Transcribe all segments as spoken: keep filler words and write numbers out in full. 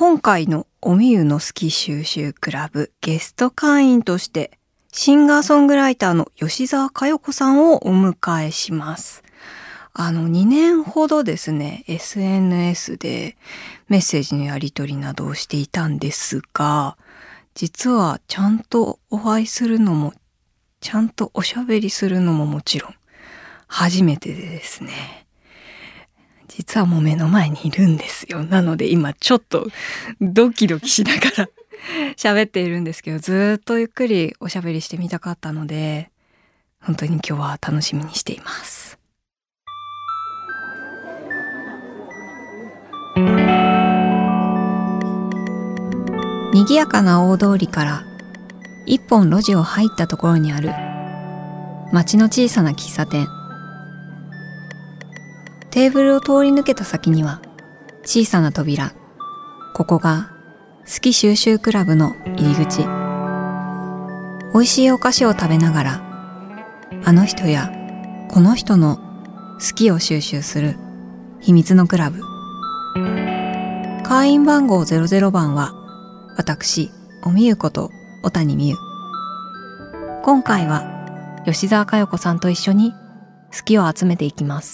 今回のおみゆの好き収集クラブゲスト会員としてシンガーソングライターの吉澤佳代子さんをお迎えします。あのにねんほどですね エスエヌエス でメッセージのやり取りなどをしていたんですが、実はちゃんとお会いするのもちゃんとおしゃべりするのももちろん初めてでですね、実はもう目の前にいるんですよ。なので今ちょっとドキドキしながら喋っているんですけど、ずっとゆっくりおしゃべりしてみたかったので、本当に今日は楽しみにしています。賑やかな大通りから一本路地を入ったところにある町の小さな喫茶店。テーブルを通り抜けた先には小さな扉。ここが好き収集クラブの入り口。美味しいお菓子を食べながらあの人やこの人の好きを収集する秘密のクラブ。会員番号ゼロゼロばんは私おみゆこと小谷美優。今回は吉澤佳代子さんと一緒に好きを集めていきます。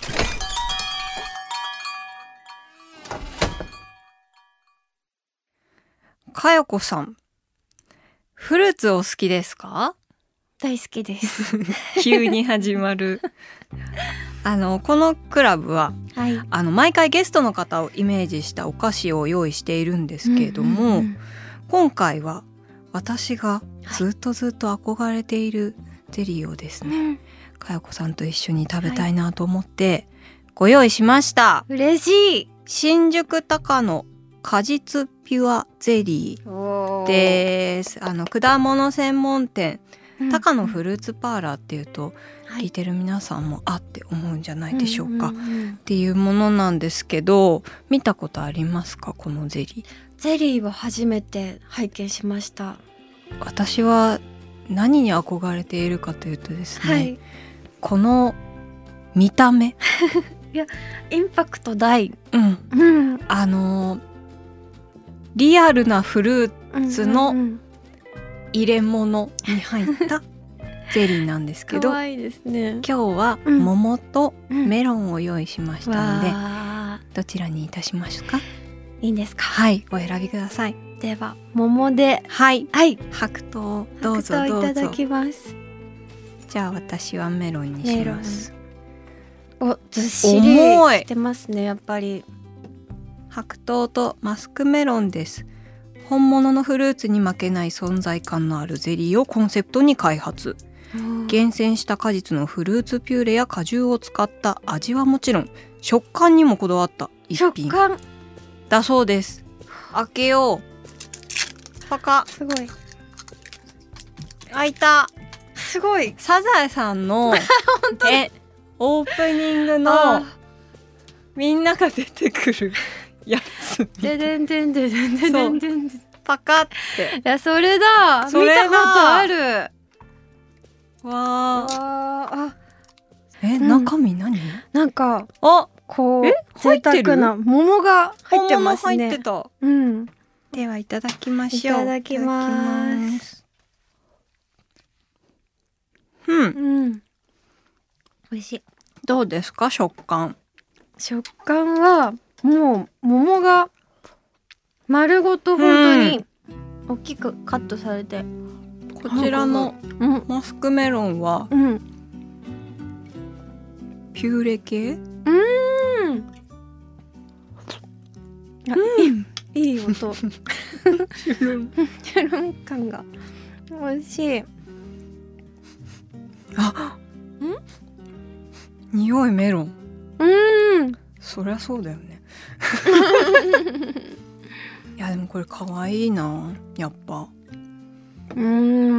佳代子さん、フルーツお好きですか？ 大好きです急に始まるあのこのクラブは、はい、あの毎回ゲストの方をイメージしたお菓子を用意しているんですけれども、うんうんうん、今回は私がずっとずっと憧れているゼリーをですね、はい、佳代子さんと一緒に食べたいなと思ってご用意しました。 嬉しい。 新宿高野果実ピュアゼリーです。あの果物専門店、うん、高野フルーツパーラーっていうと、はい、聞いてる皆さんもあって思うんじゃないでしょうか、うんうんうん、っていうものなんですけど、見たことありますか？このゼリー。 ゼリーは初めて拝見しました。 私は何に憧れているかというとですね、はい、この見た目いやインパクト大、 うんうん、あのリアルなフルーツの入れ物に入ったゼリーなんですけど、 可愛いですね。 今日は桃とメロンを用意しましたので、うん、どちらにいたしますか？ いいんですか？ はい、お選びください。 では桃で、 はい、 はい、 白桃どうぞどうぞ。 白桃いただきます。 じゃあ私はメロンにします。 お、ずっしりしてますね。やっぱり白桃とマスクメロンです。本物のフルーツに負けない存在感のあるゼリーをコンセプトに開発。厳選した果実のフルーツピューレや果汁を使った味はもちろん食感にもこだわった一品食感だそうです。開けよう。パカ。 すごい。 開いた。 すごい。 サザエさんのえオープニングのみんなが出てくるやつ。 ででんでんででんでんでんでん。 パカって。 いやそれだ。 それだ。 見たことある。 わあ。え、 うん、 中身何？ なんかあ、 こう贅沢な桃が入ってますね。 入ってた。 うん。 ではいただきましょう。 いただきます。 うん。 うん。美味しい。 どうですか食感？ 食感はもう桃が丸ごと本当に大きくカットされて、うん、 こちらのマスクメロンは、うん、ピューレ系？うーん。うん、いい音。チュルンチュルン感が美味しい。 あ、ん？匂いメロン。 うん。 そりゃそうだよね。いやでもこれ可愛いな、やっぱ。うん。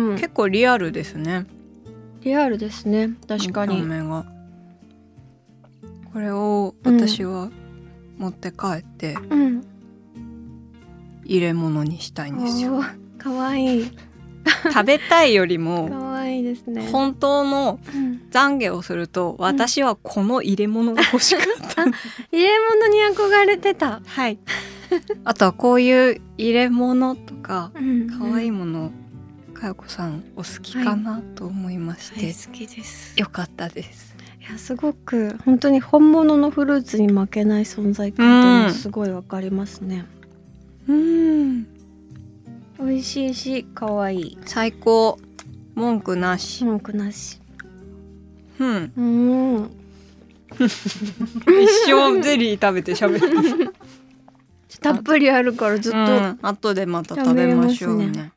結構リアルですね。 リアルですね。確かに。 見た目が。これを私は持って帰って、うん、入れ物にしたいんですよ。 可愛い。 食べたいよりも可愛いですね。 本当の懺悔をすると、うん、私はこの入れ物が欲しかった。 入れ物に憧れてた。 はい。 あとはこういう入れ物とかうん可愛いもの、かよこさんお好きかなと思いまして、 はい、好きです。 よかったです。 いやすごく本当に本物のフルーツに負けない存在感っていうのすごいわかりますね。 うん、 美味しいし可愛い。 最高、文句なし。 文句なし。 うん。 うん。 一生ゼリー食べて喋る。 たっぷりあるからずっと、うん、 後でまた食べましょうね。ね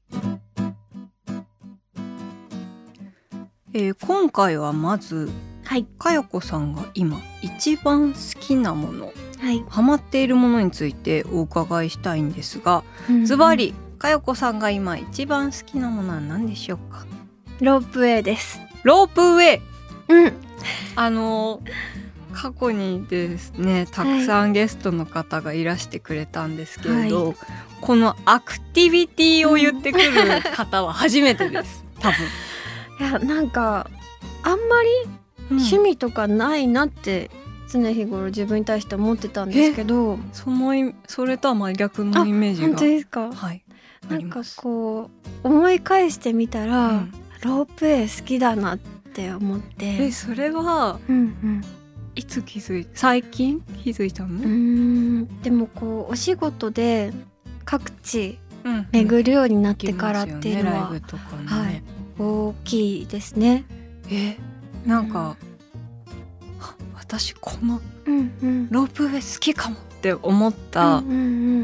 えー、今回はまず、はい、かよこさんが今一番好きなもの、はい、ハマっているものについてお伺いしたいんですが、ズバリかよこさんが今一番好きなものは何でしょうか？ ロープウェイです。 ロープウェイ、 うん、 あの過去にですねたくさんゲストの方がいらしてくれたんですけれど、はい、このアクティビティを言ってくる方は初めてです、うん、多分。 いやなんかあんまり趣味とかないなって常日頃自分に対して思ってたんですけど、 そのそれとは真逆のイメージが。 本当ですか？ はい、 なんかこう思い返してみたら、うん、ロープウェイ好きだなって思って。 えそれは、うんうん、いつ気づいた？最近気づいたの？うーんでもこうお仕事で各地巡るようになってからっていうのは、うんうんね、ライブとかね、はい、大きいですね。 えなんか、うん、私このロープウェイ好きかもって思った、うんうんうん、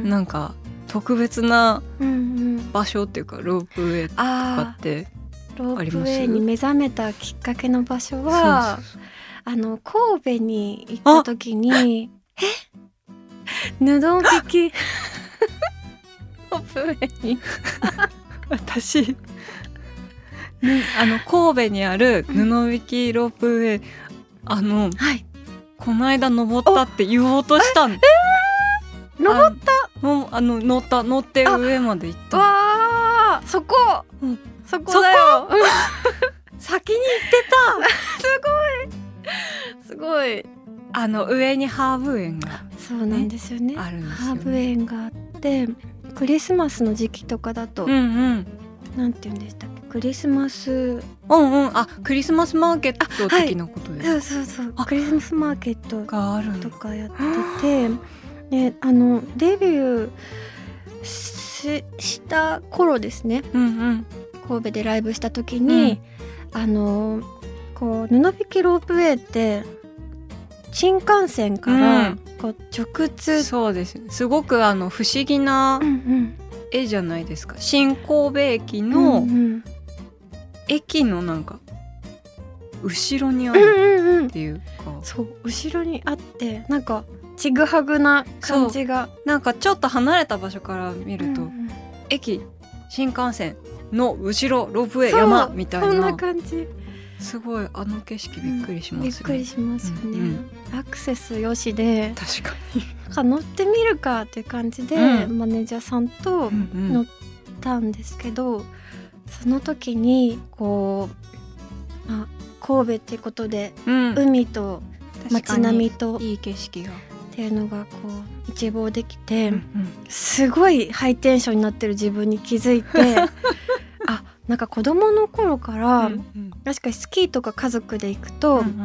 なんか特別な場所っていうか、ロープウェイとかってあります？ ロープウェイに目覚めたきっかけの場所は、そうそうそう、あの神戸に行った時にえ布引きロープウェイに私あの神戸にある布引きロープウェイ、あの、はい、この間登ったって言おうとしたの。えー、登った？ もうあの乗った乗って上まで行った。 わーそこ、うん、そこだよ。 先に行ってた。すごいすごい。 あの上にハーブ園が、ね、 そうなんですよね。 あるんですよね。 ハーブ園があってクリスマスの時期とかだと、うんうん、なんて言うんでしたっけ、クリスマス、うんうん、あクリスマスマーケット的なことです。 はい、そうそうそう、クリスマスマーケットがあるとかやってて、であのデビュー し, した頃ですね、うんうん、神戸でライブした時に、うん、あのこう布引きロープウェイって新幹線からこう直通、うん、 そうですね、すごくあの不思議な絵じゃないですか、うんうん、新神戸駅の、うんうん、駅のなんか後ろにあるっていうか、 うんうんうん、そう後ろにあってなんかちぐはぐな感じが、 なんかちょっと離れた場所から見ると、うんうん、駅新幹線の後ろロープウェイ山みたいな、 そんな感じ。 すごいあの景色びっくりしますね、うん、 びっくりしますよね、うんうん、アクセスよしで確かに乗ってみるかっていう感じで、うん、マネージャーさんと乗ったんですけど、うんうん、その時にこう、まあ、神戸っていうことで、うん、海と街並みといい景色がっていうのがこう一望できて、うんうん、すごいハイテンションになってる自分に気づいてあ、なんか子供の頃から、うんうん、確かにスキーとか家族で行くと、うんうんうん、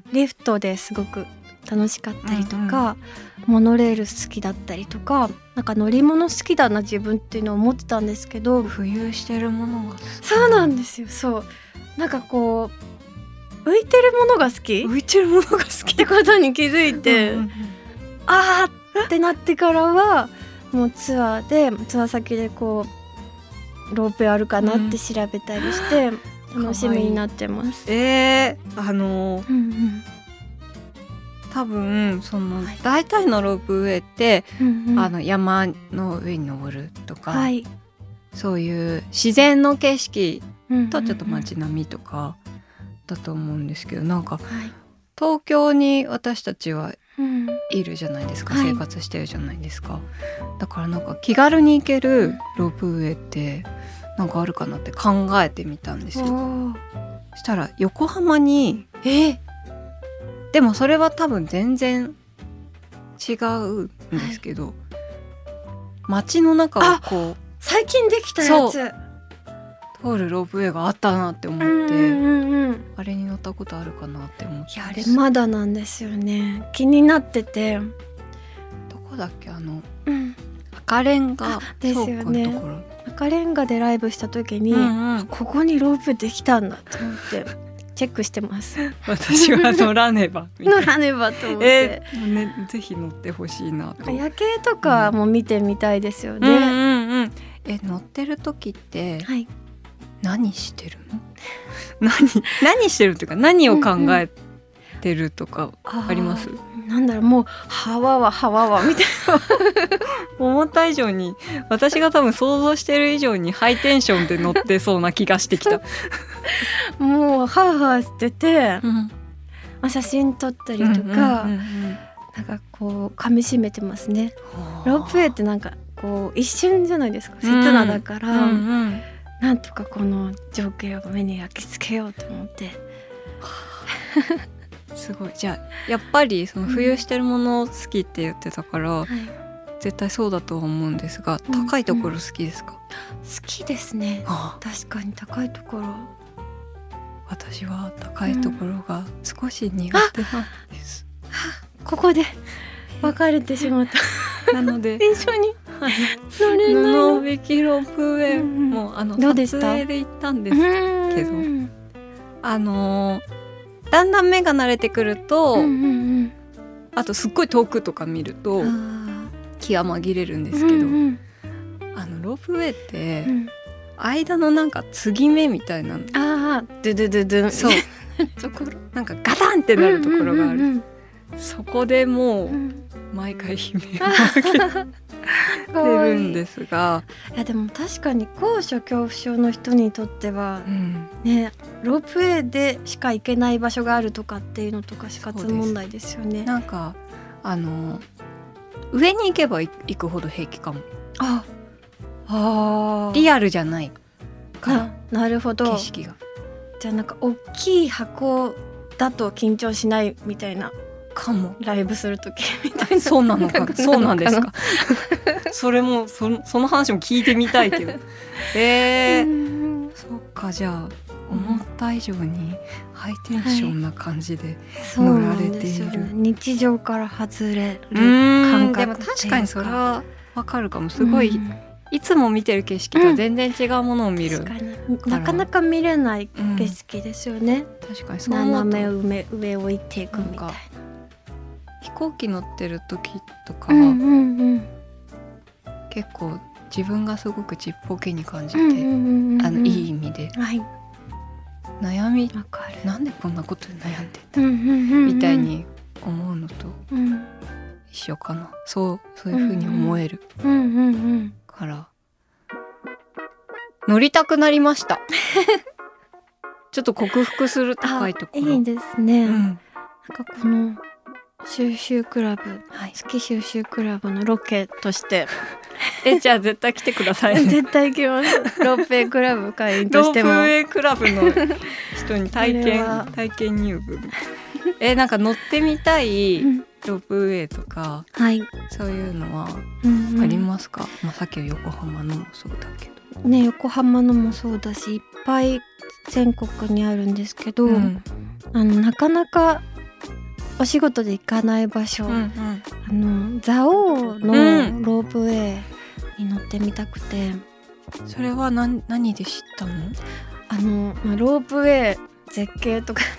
リフトですごく楽しかったりとか、うんうん、モノレール好きだったりとか、なんか乗り物好きだな自分っていうのを思ってたんですけど、 浮遊してるものが好き。 そうなんですよ。そうなんかこう浮いてるものが好き浮いてるものが好きってことに気づいてうん、うん、あーってなってからはもうツアーでツアー先でこうロープウェイあるかなって調べたりして、うん、楽しみになってます。 えー、あのーうんうん、多分その、はい、大体のロープウェイって、うんうん、あの山の上に登るとか、はい、そういう自然の景色とちょっと街並みとかだと思うんですけど、なんか、はい、東京に私たちはいるじゃないですか、うん、生活してるじゃないですか、はい、だからなんか気軽に行けるロープウェイってなんかあるかなって考えてみたんですよ。そしたら横浜に、えでもそれは多分全然違うんですけど、はい、 街の中をこう最近できたやつ通るロープウェイがあったなって思って、うんうんうん、あれに乗ったことあるかなって思って。 いやあれまだなんですよね。気になってて。 どこだっけあの、うん、赤レンガ倉庫のところ、ね、 赤レンガでライブした時に、うんうん、ここにロープウェイできたんだと思ってチェックしてます。 私は乗らねば乗らねばと思って、 えーね、ぜひ乗ってほしいなと。 夜景とかも見てみたいですよね、 うんうんうん、え乗ってる時って、はい、何してるの何, 何してるっていうか何を考えてるとかあります？うんうん、なんだろう、もうはわわはわわみたいな思った以上に、私が多分想像してる以上にハイテンションで乗ってそうな気がしてきたもうハーハーしてて、うん、まあ、写真撮ったりとか、うんうんうんうん、なんかこう噛み締めてますね。ロープウェイってなんかこう一瞬じゃないですか、刹那だから、うんうんうん、なんとかこの情景を目に焼き付けようと思ってすごい。じゃあやっぱりその浮遊してるもの好きって言ってたから、うん、はい、絶対そうだとは思うんですが、高いところ好きですか？ うんうん、好きですね。確かに高いところ。 私は高いところが少し苦手なんです、 うん、はここで別れてしまったなので一緒に乗れないの。 布引きロープウェイ、うん、もうあの撮影で行ったんですけど、あのだんだん目が慣れてくると、うんうんうん、あとすっごい遠くとか見ると気が紛れるんですけど、うんうん、あのロープウェイって、うん、間のなんか継ぎ目みたいなの、 ああドゥドゥドゥドゥそうところなんかガタンってなるところがある、うんうんうん、そこでもう、うん、毎回悲鳴を上げてるんですが、 いやでも確かに高所恐怖症の人にとっては、うん、ね、ロープウェイでしか行けない場所があるとかっていうのとか死活問題ですよね。 なんかあの上に行けば行くほど平気かも。ああ、リアルじゃないから。 なるほど。 景色が。 じゃあなんか大きい箱だと緊張しないみたいなかも。 ライブするときみたいな。 そうなのかな。そうなんですか。それも そ, その話も聞いてみたいけど。えー、そっか。じゃあ思った以上にハイテンションな感じで乗られている、はい、ね、 日常から外れる感覚。 でも確かにそれはわかるかも。すごいいつも見てる景色と全然違うものを見る、うん、確かになかなか見れない景色ですよね、 うん、確かにそう斜め上上を行っていくみたいな。 飛行機乗ってる時とか、うんうんうん、結構自分がすごくちっぽけに感じて、うんうんうんうん、あのいい意味で、はい、悩みなんでこんなことで悩んでた、うんうんうん、みたいに思うのと一緒かな。そうそういう風に思える、うんうんうん、から乗りたくなりましたちょっと克服する高いところ。 いいですね、うん、なんかこの収集クラブ、はい、好き収集クラブのロケとしてえじゃあ絶対来てください、ね、 絶対行きます。ロープウェイクラブ会員としてもロープウェイクラブの人に体験体験入部えなんか乗ってみたいロープウェイとか、はい、そういうのはありますか？うんうん、まあ、さっきの横浜のもそうだけどね、横浜のもそうだしいっぱい全国にあるんですけど、うん、あのなかなかお仕事で行かない場所、うんうん、あの蔵王のロープウェイに乗ってみたくて、 うん、それは 何, 何で知ったの？ あの、まあ、ロープウェイ絶景とか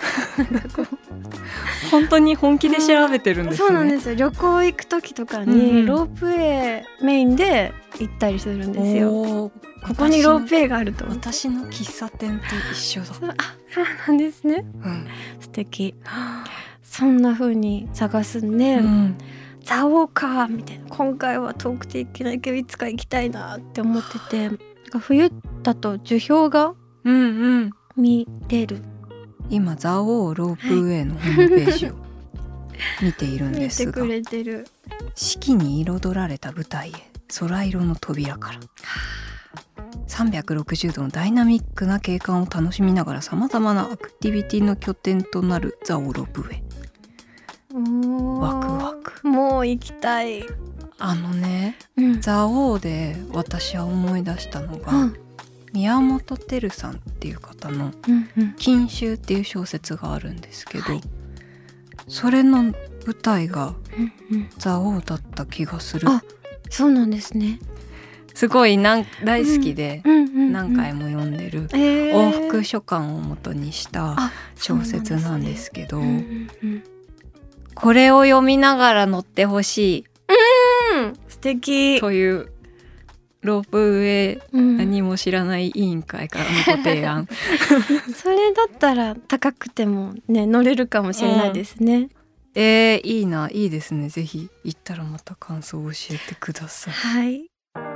本当に本気で調べてるんですね。 そうなんですよ。旅行行く時とかに、うん、ロープウェイメインで行ったりするんですよ。ここにロープウェイがあると。 私の喫茶店と一緒だ。 そう、あ、そうなんですね、うん、素敵。そんな風に探すんで、うん、蔵王かみたいな、今回は遠くて行けないけどいつか行きたいなって思ってて、冬だと樹氷が見れる、うんうん、 今蔵王ロープウェイのホームページを見ているんですが、 見てくれてる。 四季に彩られた舞台へ、空色の扉からさんびゃくろくじゅうどのダイナミックな景観を楽しみながらさまざまなアクティビティの拠点となる蔵王ロープウェイ。 ワクワク。 もう行きたい。 あのね、 うん、 蔵王で私は思い出したのが、うん、宮本照さんっていう方の「錦秋」っていう小説があるんですけど、はい、それの舞台が蔵王だった気がする。 あ、そうなんですね。 すごいなん大好きで何回も読んでる往復書簡を元にした小説なんですけど、これを読みながら乗ってほしい。 うん、素敵というロープウェイ、うん、何も知らない委員会からのご提案それだったら高くてもね乗れるかもしれないですね、うん、 えー、いいな、いいですね。ぜひ行ったらまた感想を教えてください。 はい。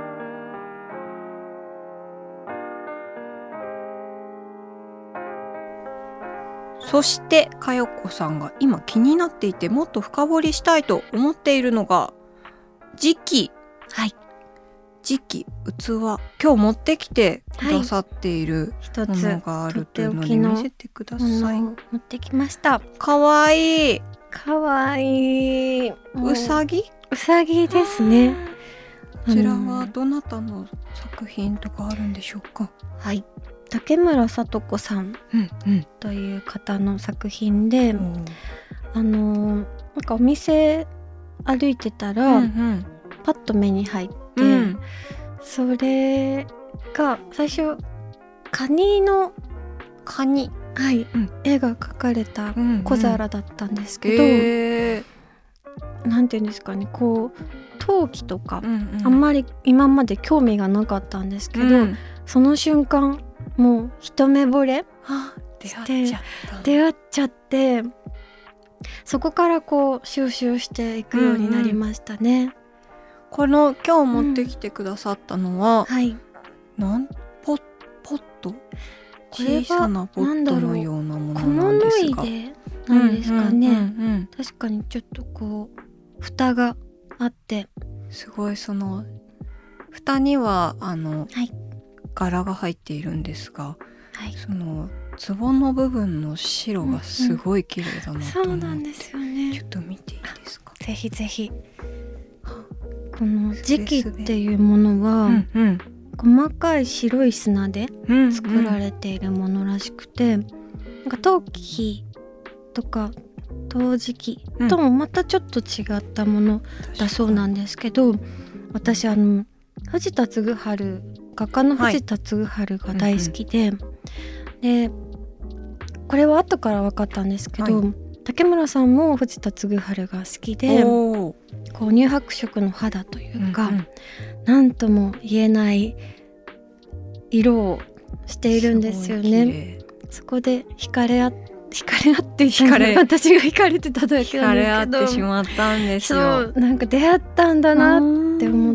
そしてかよこさんが今気になっていてもっと深掘りしたいと思っているのが磁器。 はい。 磁器、器、今日持ってきてくださっているものがあるというので見せてください。 持ってきました。 かわいい。 かわいい。 うさぎ？ うさぎですね。 こちらはどなたの作品とかあるんでしょうか？ はい。竹村聡子さんという方の作品で、うんうん、あのなんかお店歩いてたら、うんうん、パッと目に入って、うん、それが最初カニのカニ、 はい、うん、絵が描かれた小皿だったんですけど、 うんうんえー、なんていうんですかね、こう陶器とか、うんうん、あんまり今まで興味がなかったんですけど、うん、その瞬間もう一目惚れして出会っちゃった。 出会っちゃってそこからこう収集していくようになりましたね、うんうん、 この今日持ってきてくださったのは、うん、 はい、 なんポポット、小さなポットのようなものなんですが、 小物入れなんですかね、うんうんうんうん、確かにちょっとこう蓋があってすごい、その蓋にはあの、はい、柄が入っているんですが、はい、その壺の部分の白がすごい綺麗だなと思って、うんうん、そうなんですよね。ちょっと見ていいですか？ ぜひぜひ。この磁器っていうものは、うんうん、細かい白い砂で作られているものらしくて、うんうん、なんか陶器とか陶磁器ともまたちょっと違ったものだそうなんですけど、うん、私あの藤田嗣治、画家の藤田嗣治が大好きで、はい、うんうん、でこれは後から分かったんですけど、はい、竹村さんも藤田嗣治が好きで、こう乳白色の肌というか、うんうん、なんとも言えない色をしているんですよね。そこで惹かれ合って惹かれ合って惹かれ私が惹かれてただけなんですけど、惹かれ合ってしまったんですよ。 そう、なんか出会ったんだなって思って、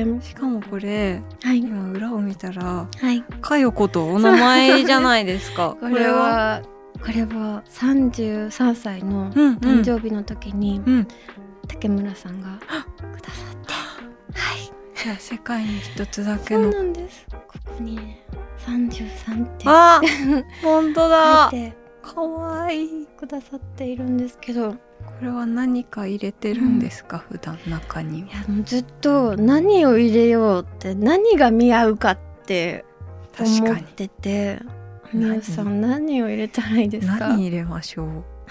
しかもこれ、はい、今裏を見たら、はい、かよことお名前じゃないですか。 これはこれはさんじゅうさんさいの誕生日の時に、うんうん、竹村さんがくださって、はい、 じゃあ世界に一つだけの。 そうなんです。ここにねさんじゅうさんってあ本当だ、かわいいくださっているんですけど、 これは何か入れてるんですか、うん、普段中には。 いやもうずっと何を入れようって何が見合うかって思ってて、皆さん何を入れたらいいですか？ 何入れましょう。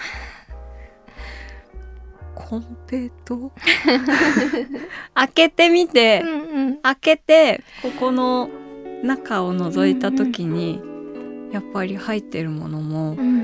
コンペイト開けてみて、うんうん、開けてここの中を覗いた時に、うんうん、やっぱり入ってるものも、うんうん、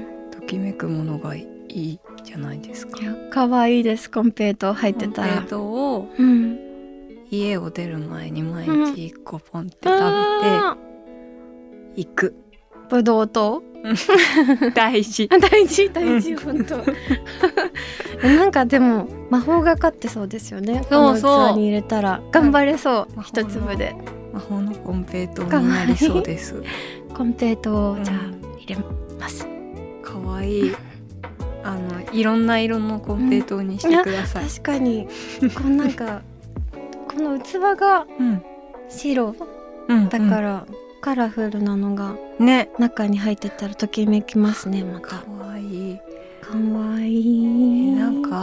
ときめくものがいいじゃないですか。 いや可愛いです。コンペイト入ってたら。 コンペイトを、うん、家を出る前に毎日いっこポンって食べて行く。 ぶどうと大事大事大事本当なんかでも魔法がかってそうですよね。そうそう、この器に入れたら頑張れそう、一粒で魔法のコンペイトになりそうです。 コンペイトをじゃあ入れます。 かわいい。あのいろんな色のコンペイトにしてください、 うん、確かにこのなんかこの器が白、うん、だから、うんうん、カラフルなのが中に入ってたらときめきますね。またかわいいかわいい。 なんか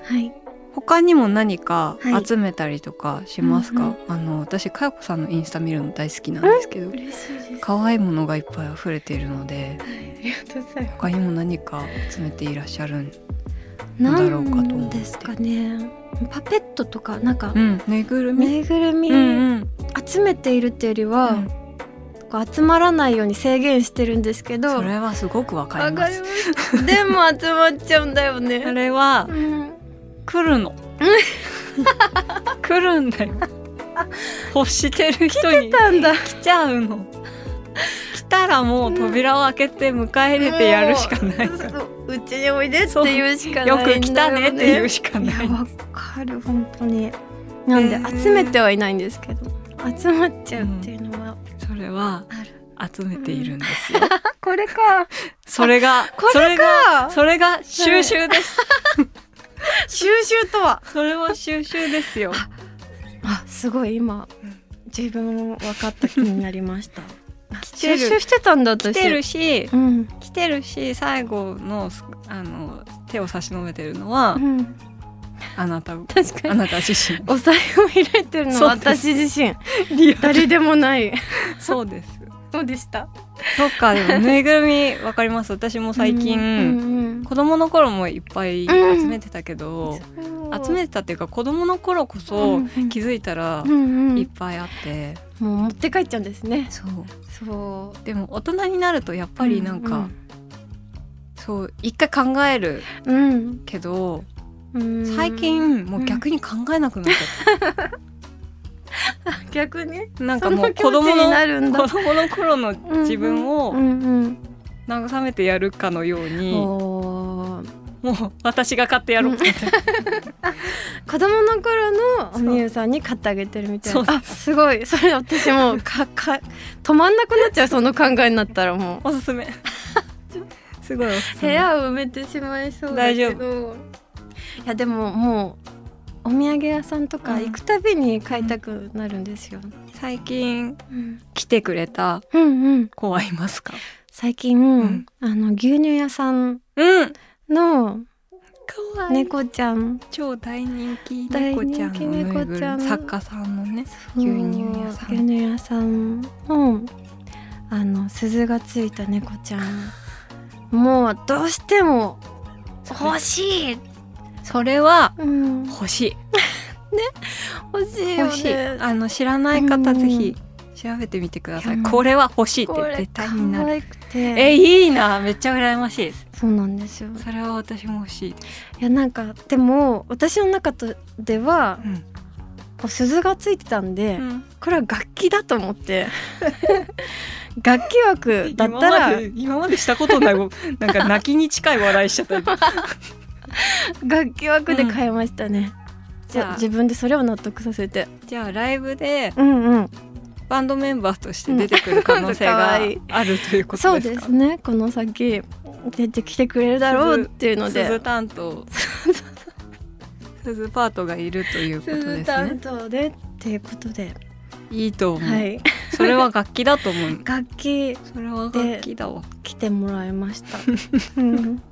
はい、 他にも何かはい集めたりとかしますか？ うんうんあの私かよこさんのインスタ見るの大好きなんですけど、 嬉しいです。 可愛いものがいっぱい溢れているので、 はい、ありがとうございます。 他にも何か集めていらっしゃるんなだろうかと思ってんですかね。パペットとかなんか、 うんぬいぐるみ、 ぬいぐるみ、 うんうん集めているっていうよりは、 うんこう集まらないように制限してるんですけど、 それはすごくわかります。 ますでも集まっちゃうんだよね。 あれはうん来るの来るんだよ。欲してる人になんだ。 来ちゃうの。来たらもう扉を開けて迎え入れてやるしかないから、 そううちにおいでって言うしかないんだよね。 よく来たねって言うしかない。 いやわかる本当に。なんでへー集めてはいないんですけど、集まっちゃうっていうのはそれはある。 集めているんですよ。 これか。 それがこれかそれがそれが収集です。 収集とは。 それは収集ですよ。 あ、すごい今うん自分分かった気になりました。 来てる収集してたんだ私。 来てるし、 うん。 来てるし、最後のあの手を差し伸べてるのは、 うん、 あなた確かにあなた自身。 お財布を開いてるのはそうです私自身。 リアル誰でもない。 そうです。 そうでした。 そっか、でもぬいぐるみわかります。私も最近、 うんうん子供の頃もいっぱい集めてたけど、 うん、 集めてたっていうか子供の頃こそうんうん気づいたらうんうん、 いっぱいあって、 もう持って帰っちゃうんですね。 そうそう。 でも大人になるとやっぱりなんか、 うんそう一回考えるうんけど、 うん、 最近もう逆に考えなくなっちゃった、 逆になんかもう子その気持ち供のになるんだ子供の頃の自分をうんうん慰めてやるかのように、 おーもう私が買ってやろうみたいな、 子供の頃のおみゆさんに買ってあげてるみたいな。 そうあ、すごい。それ私もうかか止まんなくなっちゃう。その考えになったらもうおすすめすごいおすすめ。 部屋を埋めてしまいそうだけど。いやでももうお土産屋さんとか行くたびに買いたくなるんですよ。 最近うん来てくれたうんうん。 子はいますか？ 最近、 んあの牛乳屋さんうんのかわいい、 猫ちゃん、 超大人気猫ちゃんのぬいぐる大人気猫ちゃんみ、作家さんのねそう牛乳屋さん牛乳屋さんのあの鈴がついた猫ちゃん、もうどうしても欲しい、 それはうん、 欲しい欲しいよ欲しい、 ね。 あの知らない方うんぜひ調べてみてください。 うんこれは欲しいっこれて絶対になる。 可愛くて、 えいいな、めっちゃ羨ましいです。 そうなんですよ。 それは私も欲しいです。 いやなんかでも私の中ではうんこう鈴がついてたんで、 うんこれは楽器だと思って楽器枠だった今まらで今までしたことないなんか泣きに近い笑いしちゃったり楽器枠で買いましたね。じゃあじゃあ自分でそれを納得させて、 じゃあライブでうんうん、 バンドメンバーとして出てくる可能性うんかがわいいあるということそうですか？ ですね。この先出てきてくれるだろうっていうので、 鈴担当鈴パートがいるということです鈴担ね。 当でっていうことで、 いいと思う、 はいそれは楽器だと思う楽器それは楽器だわ。 来てもらいました。うん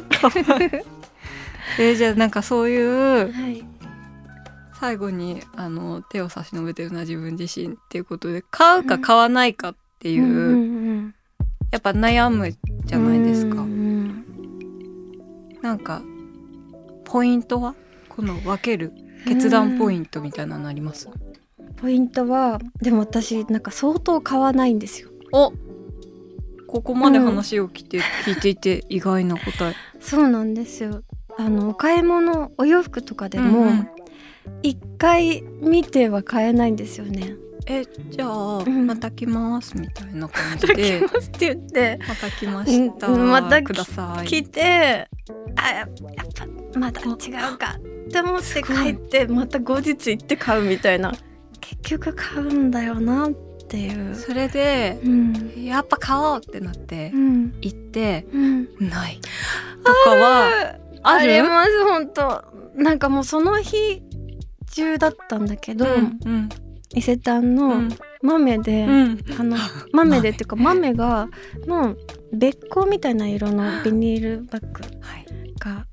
えーじゃあなんかそういうはい、 最後にあの手を差し伸べてるのは自分自身っていうことで、買うか買わないかっていう、 うんうんうんやっぱ悩むじゃないですか。 うんうんなんかポイントはこの分ける決断ポイントみたいなのあります？ ポイントはでも私なんか相当買わないんですよ。 お、ここまで話を聞いて、聞いていて意外な答え。 そうなんですよ。あのお買い物お洋服とかでもうんうん一回見ては買えないんですよね。 えじゃあ、 うんまた来ますみたいな感じでますって言ってまた来ました、 うんまたください来て、あやっぱまだ違うかって思って帰ってまた後日行って買うみたいな、結局買うんだよなっていう。 それでうんやっぱ買おうってなってうん行ってうんないとかはあありる？ ます本当。なんかもうその日中だったんだけど、 うんうん伊勢丹うのん豆で、 うんあの豆でっていうか豆がのべっこうみたいな色のビニールバッグはいがはい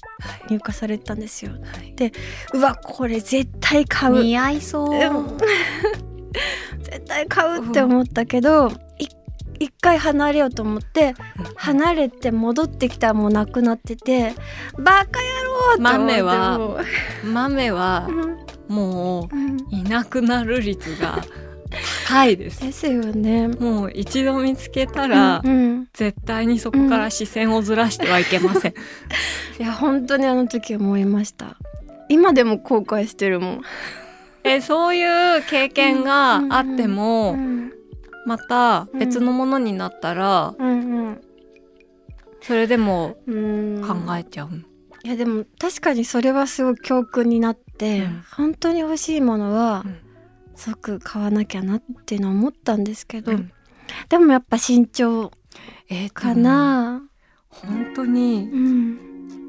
入荷されてたんですよ。 はい、 でうわこれ絶対買う、 似合いそう、うん、 絶対買うって思ったけど、い一回離れようと思って離れて戻ってきたらもうなくなってて、バカ野郎って思って、 豆は豆はもういなくなる率が高いです。 ですよね。 もう一度見つけたら、うんうん、絶対にそこから視線をずらしてはいけません、 うん、いや本当にあの時思いました。今でも後悔してるもん。 えそういう経験があっても、うんうんうん、また別のものになったら、うんうん、それでも考えちゃう。 いやでも確かにそれはすごい教訓になって、うん、本当に欲しいものは、うん即買わなきゃなっていうのは思ったんですけど、うん、でもやっぱ慎重かな、 えー、本当に、うん、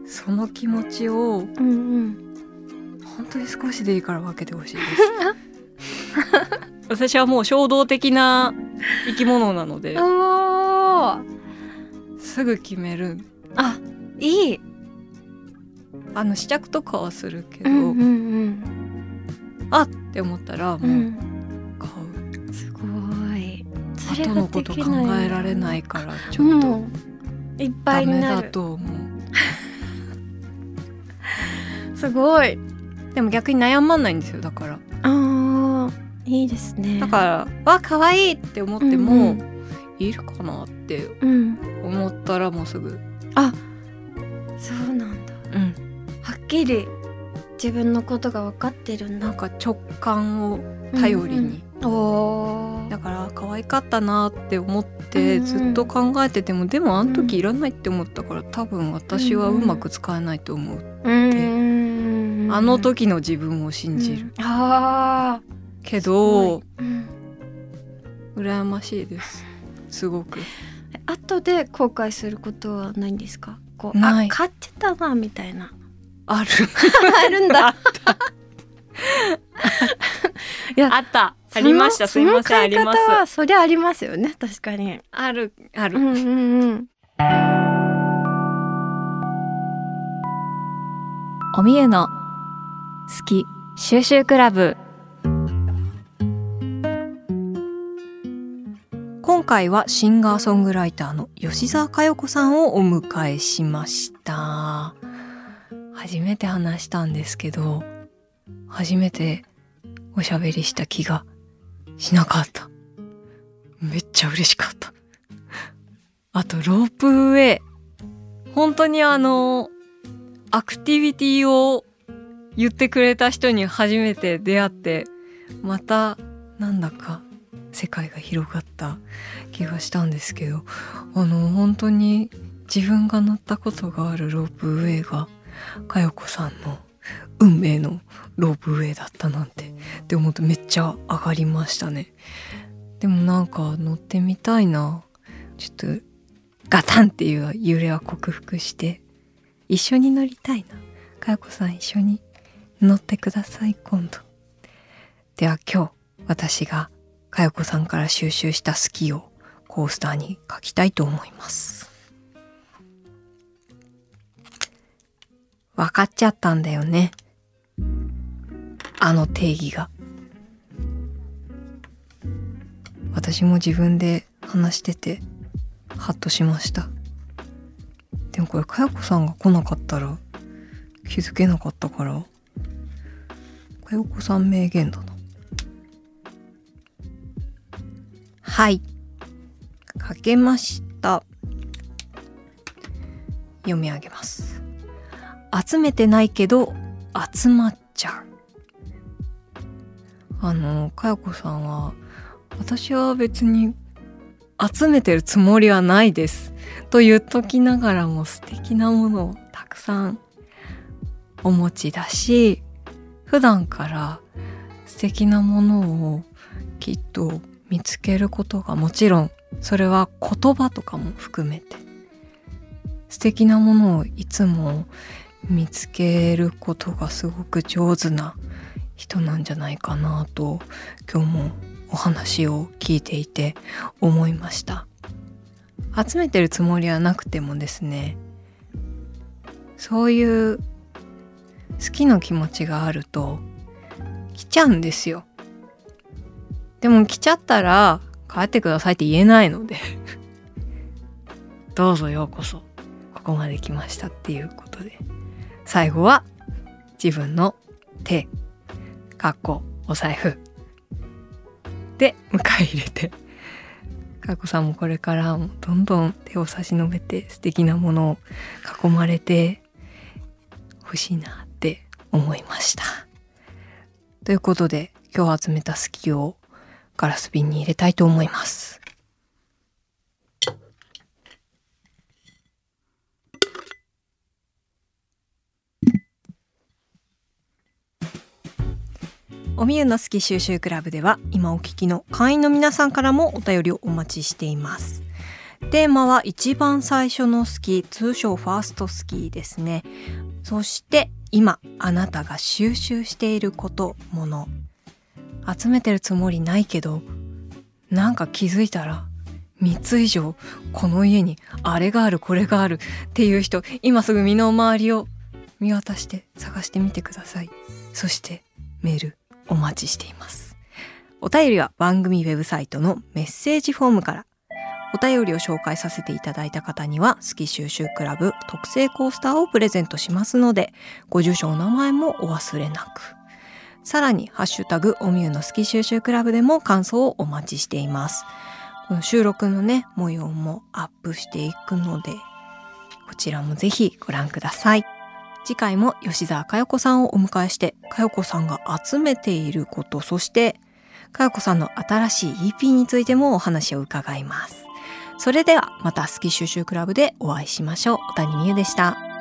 その気持ちを、うんうん、本当に少しでいいから分けてほしいです私はもう衝動的な生き物なのでおすぐ決める。 あ、いい。 あの試着とかはするけど、うんうんうんあって思ったらもう買う、うん、 すごい。 後のこと考えられないからちょっといっぱいになる。 ダメだと思うすごい。 でも逆に悩まないんですよ。だからあいいですね。 だからわ可愛いって思っても、うんうん、いるかなって思ったらもうすぐ、うん、 あそうなんだ、うん、はっきり自分のことが分かってるんだ。 なんか直感を頼りに、うんうん、だから可愛かったなって思ってずっと考えてても、うんうん、でもあの時いらないって思ったから多分私はうまく使えないと思うって、うんうん、あの時の自分を信じる、うん、あけど、うん、羨ましいですすごく。 後で後悔することはないんですか？こうない。あ買ってたなみたいな。 あるあるんだ。あったいやあったありました。すいません。あります。その買い方はそりゃありますよね。確かにあるある、 うんうんうん、 おみゆの好き収集クラブ。今回はシンガーソングライターの吉澤佳代子さんをお迎えしました。初めて話したんですけど、初めておしゃべりした気がしなかった。めっちゃ嬉しかった。あとロープウェイ、本当にあのアクティビティを言ってくれた人に初めて出会って、またなんだか世界が広がった気がしたんですけど、あの本当に自分が乗ったことがあるロープウェイが佳代子さんの運命のロープウェイだったなんてって思うとめっちゃ上がりましたね。でもなんか乗ってみたいな。ちょっとガタンっていう揺れは克服して一緒に乗りたいな。佳代子さん一緒に乗ってください今度。では今日私が佳代子さんから収集した好きをコースターに書きたいと思います。分かっちゃったんだよね、あの定義が。私も自分で話しててハッとしました。でもこれ佳代子さんが来なかったら気づけなかったから、佳代子さん名言だな。はい、書けました。読み上げます。集めてないけど集まっちゃう。あの佳代子さんは、私は別に集めてるつもりはないですと言っときながらも素敵なものをたくさんお持ちだし、普段から素敵なものをきっと見つけることが、もちろんそれは言葉とかも含めて素敵なものをいつも見つけることがすごく上手な人なんじゃないかなと今日もお話を聞いていて思いました。集めてるつもりはなくてもですね、そういう好きの気持ちがあると来ちゃうんですよ。でも来ちゃったら帰ってくださいって言えないのでどうぞようこそここまで来ましたっていうことで、最後は自分の手かっこお財布で迎え入れて、かこさんもこれからもどんどん手を差し伸べて素敵なものを囲まれてほしいなって思いました。ということで今日集めた好きをガラス瓶に入れたいと思います。おみゆの好き収集クラブでは今お聞きの会員の皆さんからもお便りをお待ちしています。テーマは一番最初の好き、通称ファースト好きですね。そして今あなたが収集していること、もの、集めてるつもりないけどなんか気づいたらみっつ以上この家にあれがあるこれがあるっていう人、今すぐ身の回りを見渡して探してみてください。そしてメールお待ちしています。お便りは番組ウェブサイトのメッセージフォームから。お便りを紹介させていただいた方には好き収集クラブ特製コースターをプレゼントしますので、ご住所お名前もお忘れなく。さらにハッシュタグおみゆの好き収集クラブでも感想をお待ちしています。この収録のね模様もアップしていくので、こちらもぜひご覧ください。次回も吉澤佳代子さんをお迎えして、佳代子さんが集めていること、そして佳代子さんの新しい イーピー についてもお話を伺います。それではまた好き収集クラブでお会いしましょう。小谷美優でした。